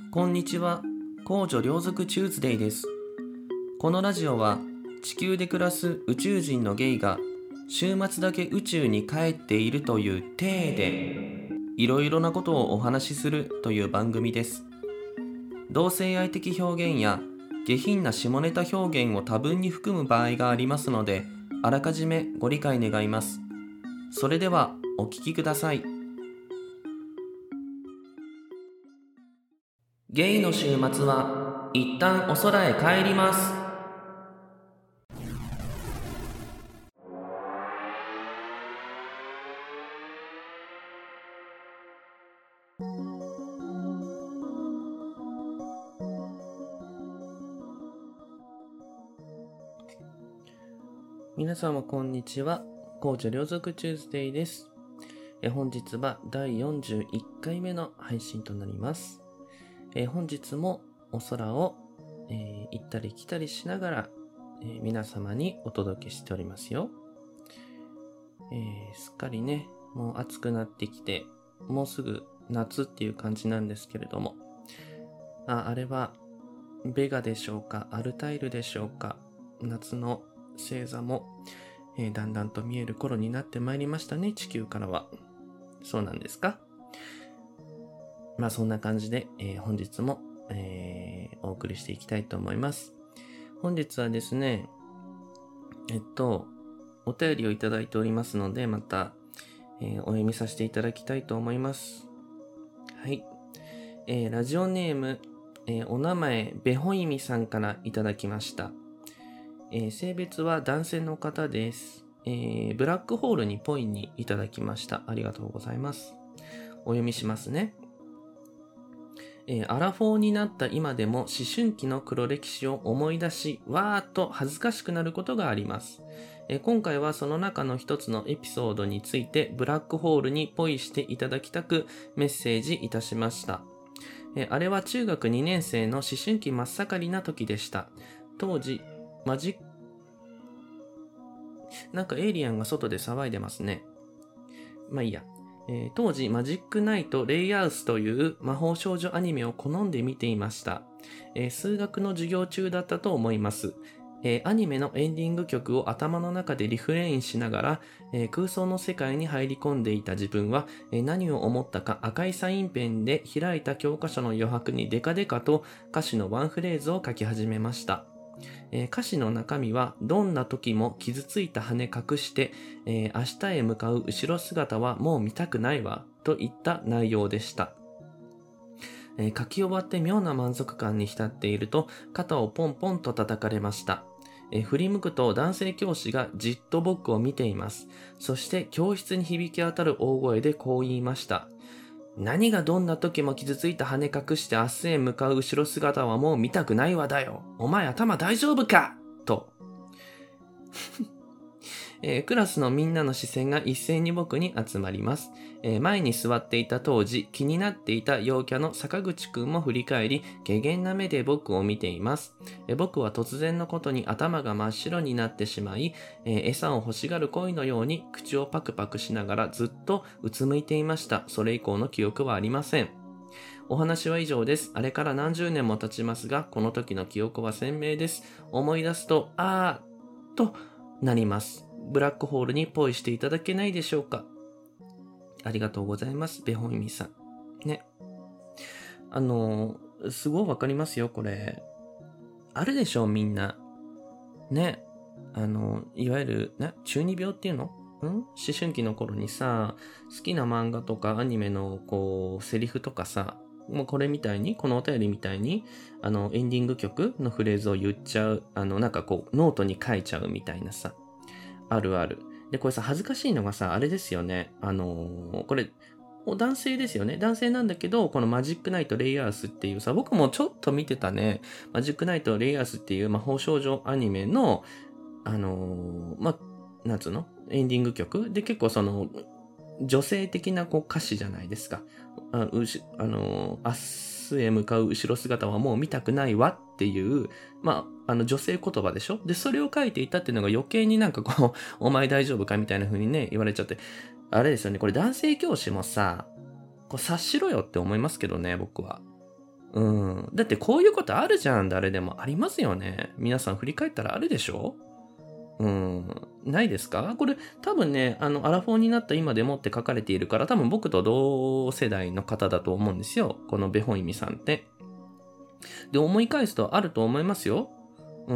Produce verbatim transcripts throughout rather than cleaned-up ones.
こんにちは。公女両族チューズデイです。このラジオは地球で暮らす宇宙人のゲイが週末だけ宇宙に帰っているという体でいろいろなことをお話しするという番組です。同性愛的表現や下品な下ネタ表現を多分に含む場合がありますので、あらかじめご理解願います。それではお聞きください。ゲイの週末は一旦お空へ帰ります。皆様こんにちは。公女両族チューズデイです。え本日はだいよんじゅういっかいめの配信となります。え本日もお空を、えー、行ったり来たりしながら、えー、皆様にお届けしておりますよ。えー、すっかりね、もう暑くなってきて、もうすぐ夏っていう感じなんですけれども、あ、あれはベガでしょうか、アルタイルでしょうか、夏の星座も、えー、だんだんと見える頃になってまいりましたね、地球からは。そうなんですか？まあそんな感じで、えー、本日も、えー、お送りしていきたいと思います。本日はですね、えっと、お便りをいただいておりますので、また、えー、お読みさせていただきたいと思います。はい。えー、ラジオネーム、えー、お名前、べほいみさんからいただきました。えー、性別は男性の方です、えー。ブラックホールにポイにいただきました。ありがとうございます。お読みしますね。えー、アラフォーになった今でも思春期の黒歴史を思い出し、わーっと恥ずかしくなることがあります。えー、今回はその中の一つのエピソードについてブラックホールにポイしていただきたくメッセージいたしました。えー、あれは中学にねん生の思春期真っ盛りな時でした。当時、マジックなんかエイリアンが外で騒いでますね。まあいいや。えー、当時マジックナイトレイアウスという魔法少女アニメを好んで見ていました。えー、数学の授業中だったと思います。えー、アニメのエンディング曲を頭の中でリフレインしながら、えー、空想の世界に入り込んでいた自分は、えー、何を思ったか赤いサインペンで開いた教科書の余白にデカデカと歌詞のワンフレーズを書き始めました。えー、歌詞の中身はどんな時も傷ついた羽隠して、えー、明日へ向かう後ろ姿はもう見たくないわといった内容でした。えー、書き終わって妙な満足感に浸っていると肩をポンポンと叩かれました。えー、振り向くと男性教師がじっと僕を見ています。そして教室に響き当たる大声でこう言いました。何がどんな時も傷ついた羽隠して明日へ向かう後ろ姿はもう見たくないわだよ。お前頭大丈夫かと、えー、クラスのみんなの視線が一斉に僕に集まります。えー、前に座っていた当時気になっていた陽キャの坂口くんも振り返り、怪訝な目で僕を見ています。えー、僕は突然のことに頭が真っ白になってしまい、えー、餌を欲しがる恋のように口をパクパクしながらずっとうつむいていました。それ以降の記憶はありません。お話は以上です。あれから何十年も経ちますが、この時の記憶は鮮明です。思い出すと、あーとなります。ブラックホールにポイしていただけないでしょうか。ありがとうございます。ベホイミさん。ね。あのー、すごいわかりますよ、これ。あるでしょ、みんな。ね。あの、いわゆる、な、中二病っていうのん思春期の頃にさ、好きな漫画とかアニメの、こう、セリフとかさ、もうこれみたいに、このお便りみたいに、あの、エンディング曲のフレーズを言っちゃう、あの、なんかこう、ノートに書いちゃうみたいなさ。あるある。で、これさ、恥ずかしいのがさ、あれですよね。あのー、これ、男性ですよね。男性なんだけど、このマジックナイトレイアースっていうさ、僕もちょっと見てたね。マジックナイトレイアースっていう魔法少女アニメの、あのー、まあ、なんつうのエンディング曲で結構その、女性的なこう歌詞じゃないですか。あ、うし、あのー、明日へ向かう後ろ姿はもう見たくないわっていう、まあ、あの女性言葉でしょ。で、それを書いていたっていうのが余計になんかこう、お前大丈夫かみたいな風にね、言われちゃって。あれですよね、これ男性教師もさ、こう察しろよって思いますけどね、僕は。 うん。だってこういうことあるじゃん。誰でもありますよね。皆さん振り返ったらあるでしょ？うん。ないですか？これ多分ね、あの、アラフォーになった今でもって書かれているから、多分僕と同世代の方だと思うんですよ。このベホイミさんって。で、思い返すとあると思いますよ。うん。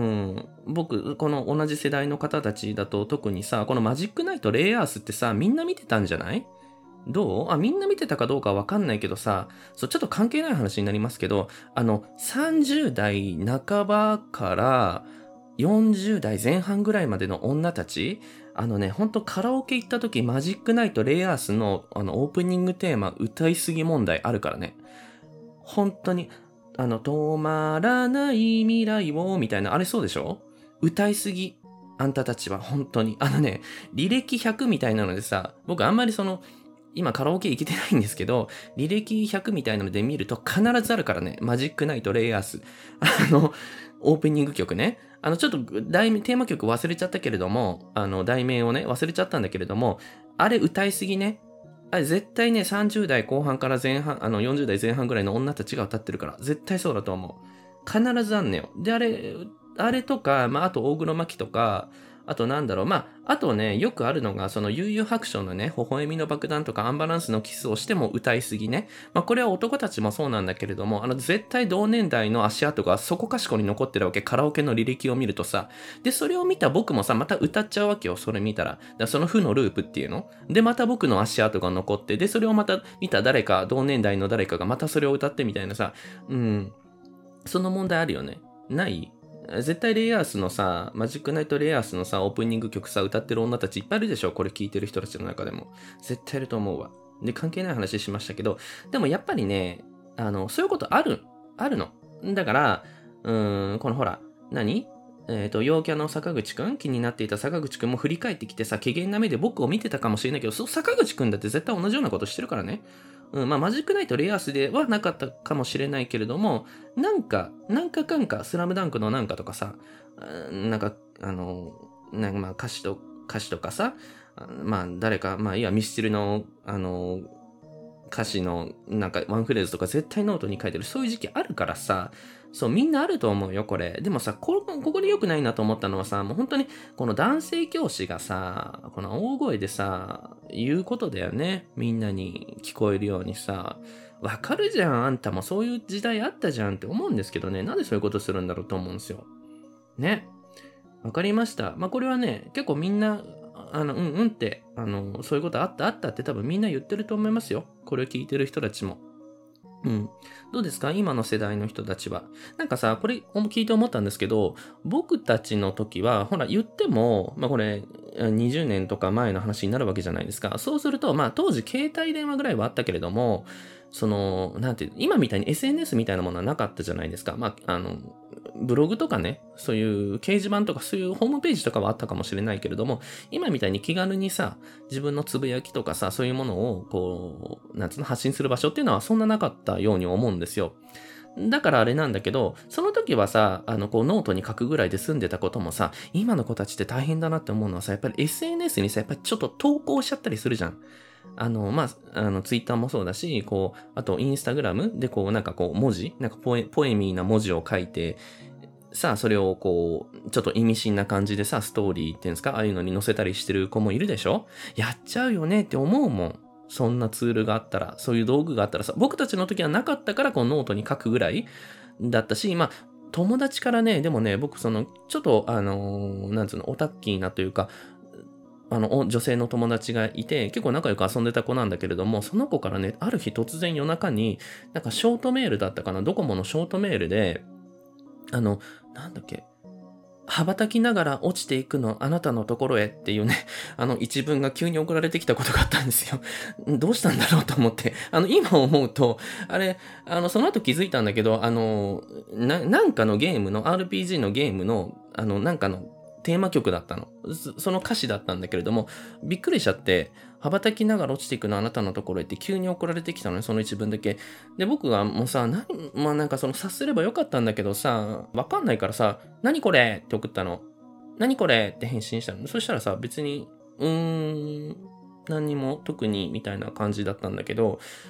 僕、この同じ世代の方たちだと特にさ、このマジックナイトレイアースってさ、みんな見てたんじゃない？どうあ、みんな見てたかどうかはわかんないけどさ、そう、ちょっと関係ない話になりますけど、あの、さんじゅう代半ばからよんじゅう代前半ぐらいまでの女たち、あのね、ほんとカラオケ行った時、マジックナイトレイアースのあのオープニングテーマ歌いすぎ問題あるからね。本当に、あの、止まらない未来を、みたいな、あれそうでしょ？歌いすぎ。あんたたちは、本当に。あのね、履歴ひゃくみたいなのでさ、僕あんまりその、今カラオケ行けてないんですけど、履歴ひゃくみたいなので見ると必ずあるからね、マジックナイトレイアース。あの、オープニング曲ね。あの、ちょっと題名、テーマ曲忘れちゃったけれども、あの、題名をね、忘れちゃったんだけれども、あれ歌いすぎね。あれ絶対ね、さんじゅう代後半から前半、あの、よんじゅう代前半ぐらいの女たちが歌ってるから、絶対そうだと思う。必ずあんのよ。で、あれ、あれとか、まあ、あと大黒摩季とか、あとなんだろう、まあ、あとね、よくあるのが、その悠々白書のね、微笑みの爆弾とかアンバランスのキスをしても歌いすぎね。まあ、これは男たちもそうなんだけれども、あの、絶対同年代の足跡がそこかしこに残ってるわけ、カラオケの履歴を見るとさ。で、それを見た僕もさ、また歌っちゃうわけよ、それ見たら。だからその負のループっていうの。で、また僕の足跡が残って、で、それをまた見た誰か、同年代の誰かがまたそれを歌ってみたいなさ、うん、その問題あるよね。ない絶対レイアースのさ、マジックナイトレイアースのさ、オープニング曲さ、歌ってる女たちいっぱいいるでしょ？これ聞いてる人たちの中でも。絶対いると思うわ。で、関係ない話しましたけど、でもやっぱりね、あの、そういうことある、あるの。だから、うーん、このほら、何えっ、と、陽キャの坂口くん気になっていた坂口くんも振り返ってきてさ、怪げな目で僕を見てたかもしれないけど、そう、坂口くんだって絶対同じようなことしてるからね。うん、まあ、マジックナイトレイアースではなかったかもしれないけれども、なんか、なんかかんか、スラムダンクのなんかとかさ、なんか、あの、なんかまあ歌詞と、歌詞とかさ、まあ誰か、まあいやミスチルの、あの、歌詞のなんかワンフレーズとか絶対ノートに書いてる、そういう時期あるからさ、そう、みんなあると思うよ、これ。でもさ、こここで良くないなと思ったのはさ、もう本当に、この男性教師がさ、この大声でさ、言うことだよね。みんなに聞こえるようにさ、わかるじゃん、あんたもそういう時代あったじゃんって思うんですけどね、なんでそういうことするんだろうと思うんですよ。ね。わかりました。まあ、これはね、結構みんな、あの、うんうんって、あの、そういうことあったあったって多分みんな言ってると思いますよ。これを聞いてる人たちも。うん。どうですか今の世代の人たちは。なんかさ、これ聞いて思ったんですけど、僕たちの時は、ほら言っても、まあこれ、にじゅうねんとか前の話になるわけじゃないですか。そうすると、まあ当時携帯電話ぐらいはあったけれども、その、なんていう、今みたいに エスエヌエス みたいなものはなかったじゃないですか。まあ、あの、ブログとかね、そういう掲示板とかそういうホームページとかはあったかもしれないけれども、今みたいに気軽にさ、自分のつぶやきとかさ、そういうものを、こう、なんつうの、発信する場所っていうのはそんななかったように思うんですよ。だからあれなんだけど、その時はさ、あの、こう、ノートに書くぐらいで済んでたこともさ、今の子たちって大変だなって思うのはさ、やっぱり エスエヌエス にさ、やっぱりちょっと投稿しちゃったりするじゃん。あの、まあ、あの、ツイッターもそうだし、こう、あと、インスタグラムで、こう、なんかこう、文字なんかポエ、ポエミーな文字を書いて、さあ、それをこう、ちょっと意味深な感じでさ、ストーリーっていうんですか、ああいうのに載せたりしてる子もいるでしょ？やっちゃうよねって思うもん。そんなツールがあったら、そういう道具があったらさ、僕たちの時はなかったから、こう、ノートに書くぐらいだったし、まあ、友達からね、でもね、僕その、ちょっと、あのーなんつうの、オタッキーなというか、あの、女性の友達がいて、結構仲良く遊んでた子なんだけれども、その子からね、ある日突然夜中に、なんかショートメールだったかな、ドコモのショートメールで、あの、なんだっけ、羽ばたきながら落ちていくのあなたのところへっていうね、あの一文が急に送られてきたことがあったんですよ。どうしたんだろうと思って。あの、今思うと、あれ、あの、その後気づいたんだけど、あの、な、なんかのゲームの、アールピージー のゲームの、あの、なんかのテーマ曲だったの。そその歌詞だったんだけれども、びっくりしちゃって、羽ばたきながら落ちていくのあなたのところへって急に送られてきたのね、その一文だけ。で、僕がもうさ、何、まあなんかその察すればよかったんだけどさ、わかんないからさ、何これって送ったの。何これって返信したの。そしたらさ、別に、うーん、何にも特にみたいな感じだったんだけど、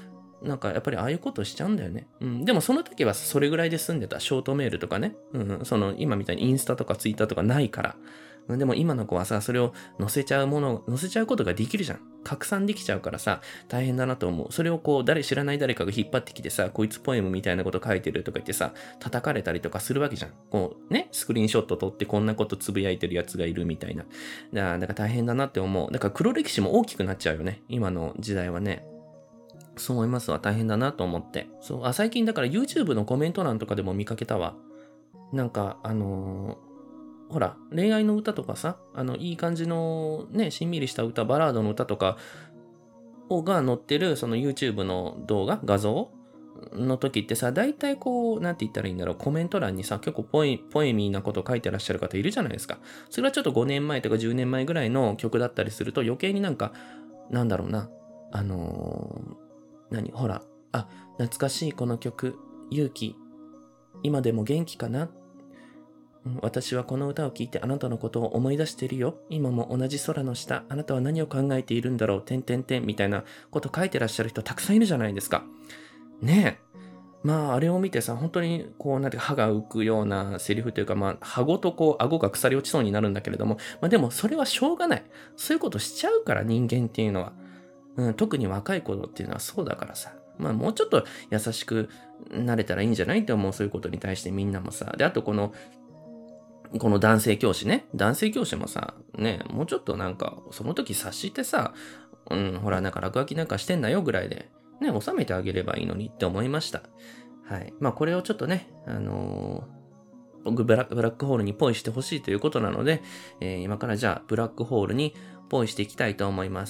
なんかやっぱりああいうことしちゃうんだよね。うん。でもその時はそれぐらいで済んでた。ショートメールとかね。うん。その今みたいにインスタとかツイッターとかないから。でも今の子はさ、それを載せちゃうもの、載せちゃうことができるじゃん。拡散できちゃうからさ、大変だなと思う。それをこう、誰、知らない誰かが引っ張ってきてさ、こいつポエムみたいなこと書いてるとか言ってさ、叩かれたりとかするわけじゃん。こう、ね、スクリーンショット撮ってこんなことつぶやいてるやつがいるみたいな。だから大変だなって思う。だから黒歴史も大きくなっちゃうよね。今の時代はね。そう思いますわ。大変だなと思って。そう、あ、最近だから YouTube のコメント欄とかでも見かけたわ。なんか、あのー、ほら、恋愛の歌とかさ、あの、いい感じのね、しんみりした歌、バラードの歌とかをが載ってる、その YouTube の動画、画像の時ってさ、大体こう、なんて言ったらいいんだろう、コメント欄にさ、結構ポエポエミーなこと書いてらっしゃる方いるじゃないですか。それはちょっとごねんまえとかじゅうねんまえぐらいの曲だったりすると余計になんか、なんだろうな、あのー、何、ほら、あ、懐かしいこの曲、勇気、今でも元気かな、私はこの歌を聴いてあなたのことを思い出しているよ。今も同じ空の下、あなたは何を考えているんだろう、てんてんてんみたいなこと書いてらっしゃる人たくさんいるじゃないですか。ねえ。まあ、あれを見てさ、本当にこう、なんて歯が浮くようなセリフというか、まあ、歯ごとこう、顎が腐り落ちそうになるんだけれども、まあでもそれはしょうがない。そういうことしちゃうから、人間っていうのは。うん、特に若い頃っていうのはそうだからさ。まあもうちょっと優しくなれたらいいんじゃないって思う、そういうことに対してみんなもさ。で、あとこの、この男性教師ね。男性教師もさ、ね、もうちょっとなんか、その時察してさ、うん、ほら、なんか落書きなんかしてんなよぐらいで、ね、収めてあげればいいのにって思いました。はい。まあ、これをちょっとね、あのー、僕ブラ、ブラックホールにポイしてほしいということなので、えー、今からじゃあ、ブラックホールにポイしていきたいと思います。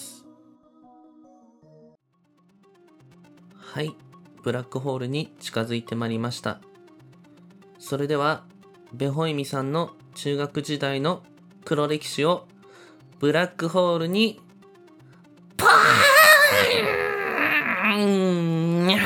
はい。ブラックホールに近づいてまいりました。それでは、ベホイミさんの中学時代の黒歴史をブラックホールにポーン。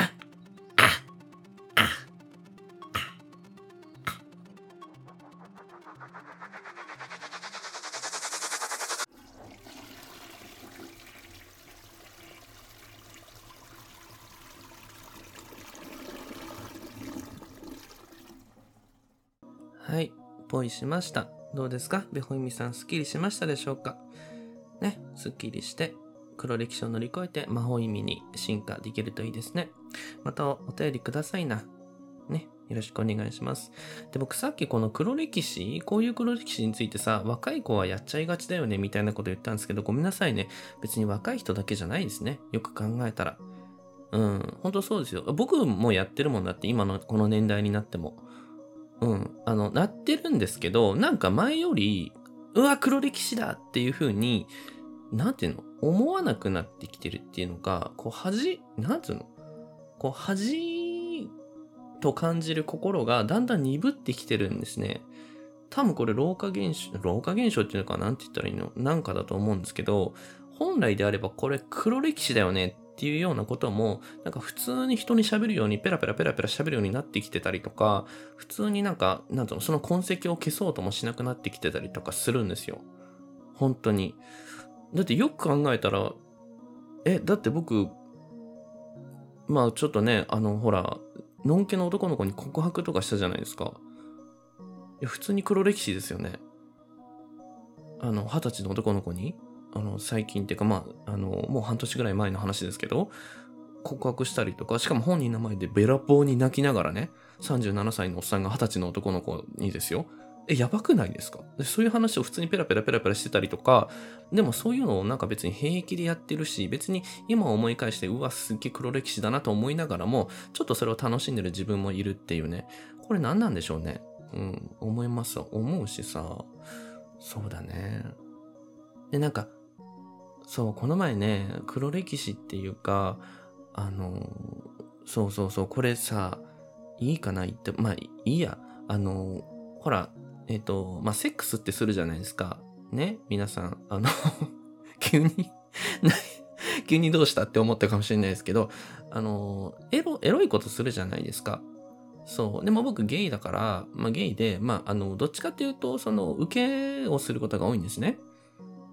はい、ポイしました。どうですか、ベホイミさん、すっきりしましたでしょうかね、すっきりして黒歴史を乗り越えて魔法意味に進化できるといいですね。またお便りくださいな。ね、よろしくお願いします。で、僕さっきこの黒歴史、こういう黒歴史についてさ、若い子はやっちゃいがちだよねみたいなこと言ったんですけど、ごめんなさいね。別に若い人だけじゃないですね。よく考えたら。うん、本当そうですよ。僕もやってるもんだって、今のこの年代になっても。うん。あの、なってるんですけど、なんか前より、うわ、黒歴史だっていう風に、なんていうの思わなくなってきてるっていうのが、こう、恥、なんていうのこう、恥と感じる心がだんだん鈍ってきてるんですね。多分これ老化現象、老化現象っていうのかなんて言ったらいいのなんかだと思うんですけど、本来であればこれ黒歴史だよねっていうようなことも、なんか普通に人に喋るようにペラペラペラペラ喋るようになってきてたりとか、普通になんか、なんとの、その痕跡を消そうともしなくなってきてたりとかするんですよ。本当に。だってよく考えたら、え、だって僕、まあちょっとね、あの、ほら、のんけの男の子に告白とかしたじゃないですか。いや普通に黒歴史ですよね。あの、二十歳の男の子に、あの、最近っていうか、まあ、あの、もう半年ぐらい前の話ですけど、告白したりとか、しかも本人の前でベラボーに泣きながらね、さんじゅうななさいのおっさんが二十歳の男の子にですよ。え、やばくないですか？でそういう話を普通にペラペラペラペラしてたりとか、でもそういうのをなんか別に平気でやってるし、別に今思い返して、うわ、すっげえ黒歴史だなと思いながらも、ちょっとそれを楽しんでる自分もいるっていうね。これ何なんでしょうね。うん、思います思うしさ、そうだね。で、なんか、そう、この前ね、黒歴史っていうか、あの、そうそうそう、これさ、いいかな言って、まあ、いいや。あの、ほら、えっと、まあ、セックスってするじゃないですか。ね、皆さん、あの急に急にどうしたって思ったかもしれないですけど、あの、エロ、エロいことするじゃないですか。そう。でも僕ゲイだから、まあゲイで、まああの、どっちかっていうと、その、受けをすることが多いんですね。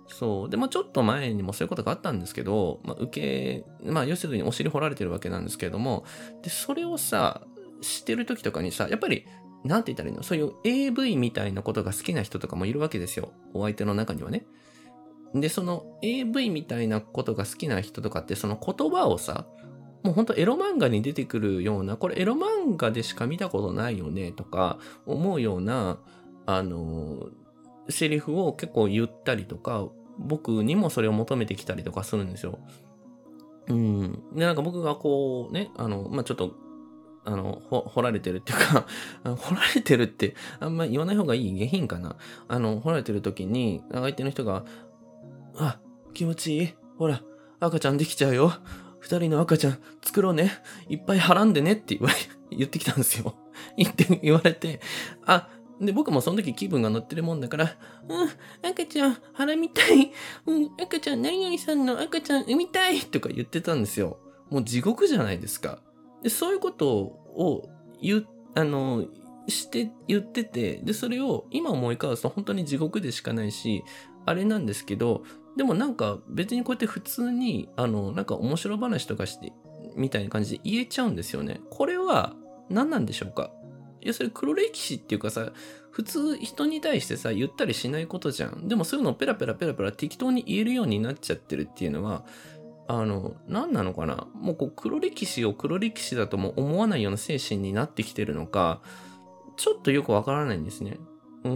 そう。で、まあちょっと前にもそういうことがあったんですけど、まあ受け、まあ要するにお尻掘られてるわけなんですけれども、で、それをさ、してる時とかにさ、やっぱり、なんて言ったらいいの？そういう エーブイ みたいなことが好きな人とかもいるわけですよ。お相手の中にはね。で、その エーブイ みたいなことが好きな人とかって、その言葉をさ、もうほんとエロ漫画に出てくるような、これエロ漫画でしか見たことないよねとか思うような、あの、セリフを結構言ったりとか、僕にもそれを求めてきたりとかするんですよ。うん。で、なんか僕がこうね、あの、まあ、ちょっと、あの、ほ、掘られてるっていうかあの掘られてるってあんま言わない方がいい下品かな。あの、掘られてる時に、相手の人が、あ、気持ちいい。ほら、赤ちゃんできちゃうよ。二人の赤ちゃん作ろうね。いっぱいはらんでねって言われ、言ってきたんですよ。言って言われて、あ、で、僕もその時気分が乗ってるもんだから、うん、赤ちゃん、腹みたい。うん、赤ちゃん、何々さんの赤ちゃん産みたいとか言ってたんですよ。もう地獄じゃないですか。で、そういうことを言う、あの、して、言ってて、で、それを今思い返すと本当に地獄でしかないし、あれなんですけど、でもなんか別にこうやって普通に、あの、なんか面白話とかして、みたいな感じで言えちゃうんですよね。これは何なんでしょうか？いや、それ黒歴史っていうかさ、普通人に対してさ、言ったりしないことじゃん。でもそういうのをペラペラペラペラ適当に言えるようになっちゃってるっていうのは、あの、何なのかな？もうこう黒歴史を黒歴史だとも思わないような精神になってきてるのか、ちょっとよくわからないんですね。うん。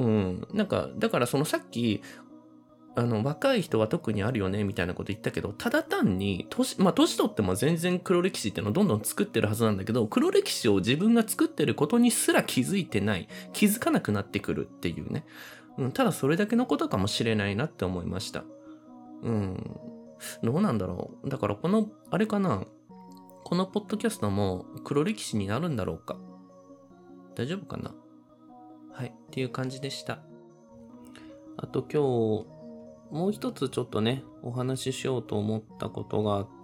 なんか、だからそのさっき、あの、若い人は特にあるよね、みたいなこと言ったけど、ただ単に、年、まあ、年取っても全然黒歴史っていうのをどんどん作ってるはずなんだけど、黒歴史を自分が作ってることにすら気づいてない、気づかなくなってくるっていうね。うん、ただそれだけのことかもしれないなって思いました。うん。どうなんだろう。だからこの、あれかな。このポッドキャストも黒歴史になるんだろうか。大丈夫かな？はい。っていう感じでした。あと今日、もう一つちょっとね、お話ししようと思ったことがあって、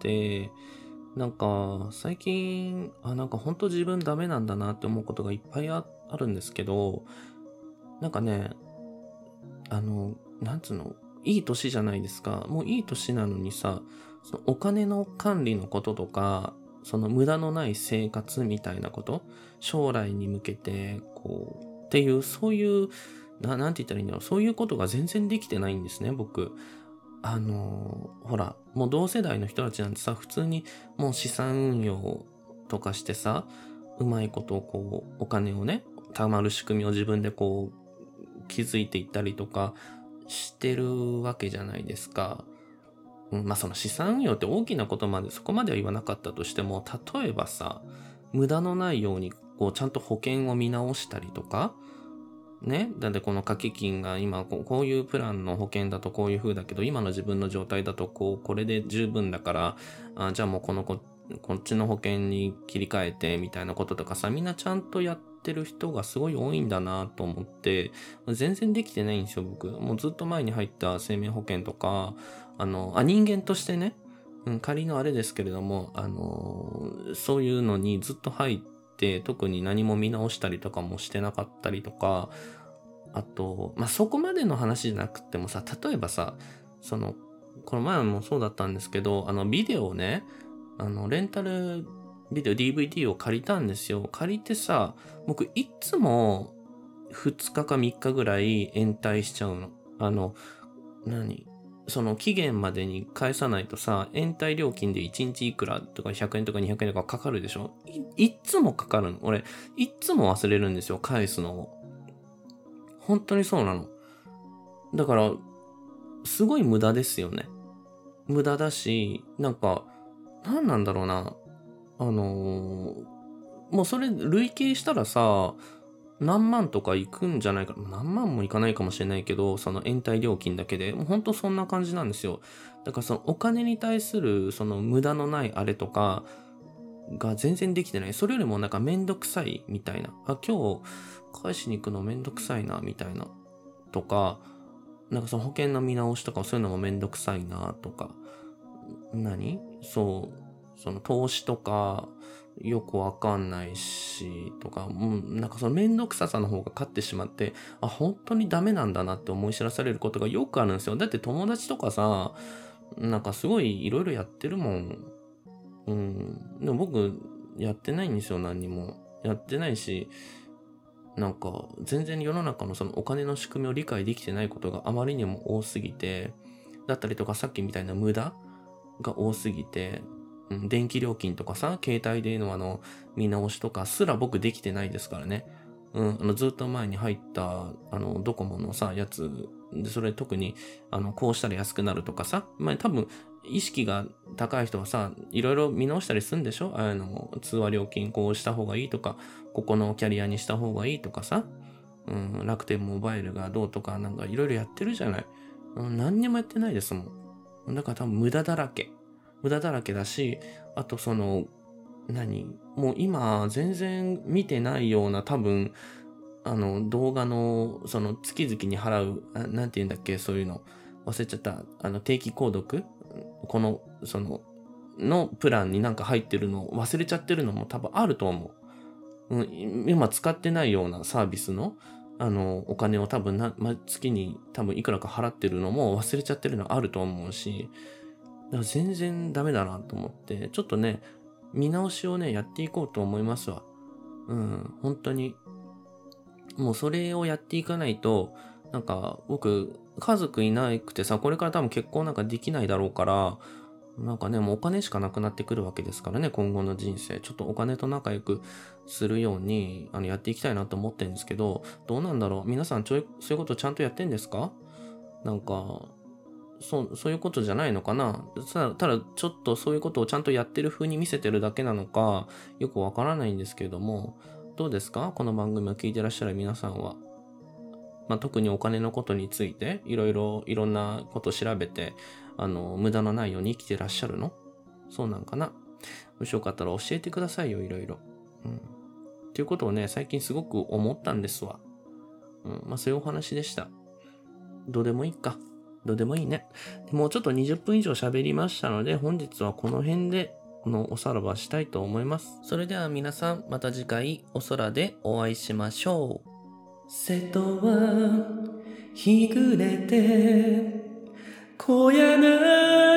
なんか、最近、あ、なんか本当自分ダメなんだなって思うことがいっぱい あ, あるんですけど、なんかね、あの、なんつうの、いい年じゃないですか。もういい年なのにさ、そのお金の管理のこととか、その無駄のない生活みたいなこと、将来に向けて、こう、っていう、そういう、な、なんて言ったらいいんだろう、そういうことが全然できてないんですね、僕。あのーほら、もう同世代の人たちなんてさ、普通にもう資産運用とかしてさ、うまいことをこう、お金をね、貯まる仕組みを自分でこう、築いていったりとかしてるわけじゃないですか。うん、まあその資産運用って大きなことまでそこまでは言わなかったとしても、例えばさ、無駄のないようにこうちゃんと保険を見直したりとか、ね。だってこの掛け金が今こう、こういうプランの保険だとこういう風だけど、今の自分の状態だとこう、これで十分だから、あじゃあもうこのこ、こっちの保険に切り替えてみたいなこととかさ、みんなちゃんとやってる人がすごい多いんだなと思って、全然できてないんですよ、僕。もうずっと前に入った生命保険とか、あの、あ、人間としてね、うん、仮のあれですけれども、あのそういうのにずっと入って、特に何も見直したりとかもしてなかったりとか、あと、まあ、そこまでの話じゃなくてもさ、例えばさ、その、この前もそうだったんですけど、あの、ビデオをね、あの、レンタルビデオ、ディーブイディー を借りたんですよ。借りてさ、僕、いつもふつかかみっかぐらい延滞しちゃうの。あの、何その期限までに返さないとさ、延滞料金でいちにちいくらとかひゃくえんとかにひゃくえんとかかかるでしょ？ い, いっつもかかるの。俺、いっつも忘れるんですよ、返すのを。本当にそうなの。だから、すごい無駄ですよね。無駄だし、なんか、なんなんだろうな。あのーもうそれ累計したらさ、何万とかいくんじゃないか。何万もいかないかもしれないけど、その延滞料金だけで、もうほんとそんな感じなんですよ。だからそのお金に対するその無駄のないあれとかが全然できてない。それよりもなんかめんどくさいみたいな。あ、今日返しに行くのめんどくさいな、みたいな。とか、なんかその保険の見直しとかそういうのもめんどくさいなとか、何そう、その投資とか、 よくわかんないし、とか、もうなんかそのめんどくささの方が勝ってしまって、あ、本当にダメなんだなって思い知らされることがよくあるんですよ。だって友達とかさ、なんかすごいいろいろやってるもん。うん。でも僕、やってないんですよ、何にも。やってないし、なんか全然世の中のそのお金の仕組みを理解できてないことがあまりにも多すぎて、だったりとかさっきみたいな無駄が多すぎて、うん、電気料金とかさ、携帯でのあの見直しとかすら僕できてないですからね。うん、あのずっと前に入ったあのドコモのさやつで、それ特にあのこうしたら安くなるとかさ、まあ多分意識が高い人はさ、いろいろ見直したりするんでしょ。あの通話料金こうした方がいいとか、ここのキャリアにした方がいいとかさ、うん、楽天モバイルがどうとかなんかいろいろやってるじゃない。うん、何にもやってないですもん。だから多分無駄だらけ。無駄だらけだし、あとその、何もう今全然見てないような多分、あの動画のその月々に払う、あなんて言うんだっけ、そういうの。忘れちゃった。あの定期購読この、その、のプランになんか入ってるのを忘れちゃってるのも多分あると思う。うん、今使ってないようなサービスの、あの、お金を多分な、ま、月に多分いくらか払ってるのも忘れちゃってるのあると思うし、だから全然ダメだなと思って、ちょっとね、見直しをね、やっていこうと思いますわ。うん、本当に。もうそれをやっていかないと、なんか僕、家族いなくてさ、これから多分結婚なんかできないだろうから、なんかね、もうお金しかなくなってくるわけですからね、今後の人生。ちょっとお金と仲良くするように、あの、やっていきたいなと思ってるんですけど、どうなんだろう。皆さんちょい、そういうことちゃんとやってんですか？なんか、そう、そういうことじゃないのかな。ただ、ただちょっとそういうことをちゃんとやってる風に見せてるだけなのか、よくわからないんですけれども、どうですか？この番組を聞いてらっしゃる皆さんは。まあ、特にお金のことについて、いろいろ、いろんなことを調べて、あの、無駄のないように生きてらっしゃるの？そうなんかな？もしよかったら教えてくださいよ、いろいろ。うん。っていうことをね、最近すごく思ったんですわ。うん。まあ、そういうお話でした。どうでもいいか。どうでもいいね。もうちょっとにじゅっぷん以上喋りましたので、本日はこの辺で、このおさらばしたいと思います。それでは皆さん、また次回お空でお会いしましょう。瀬戸は日暮れて小柳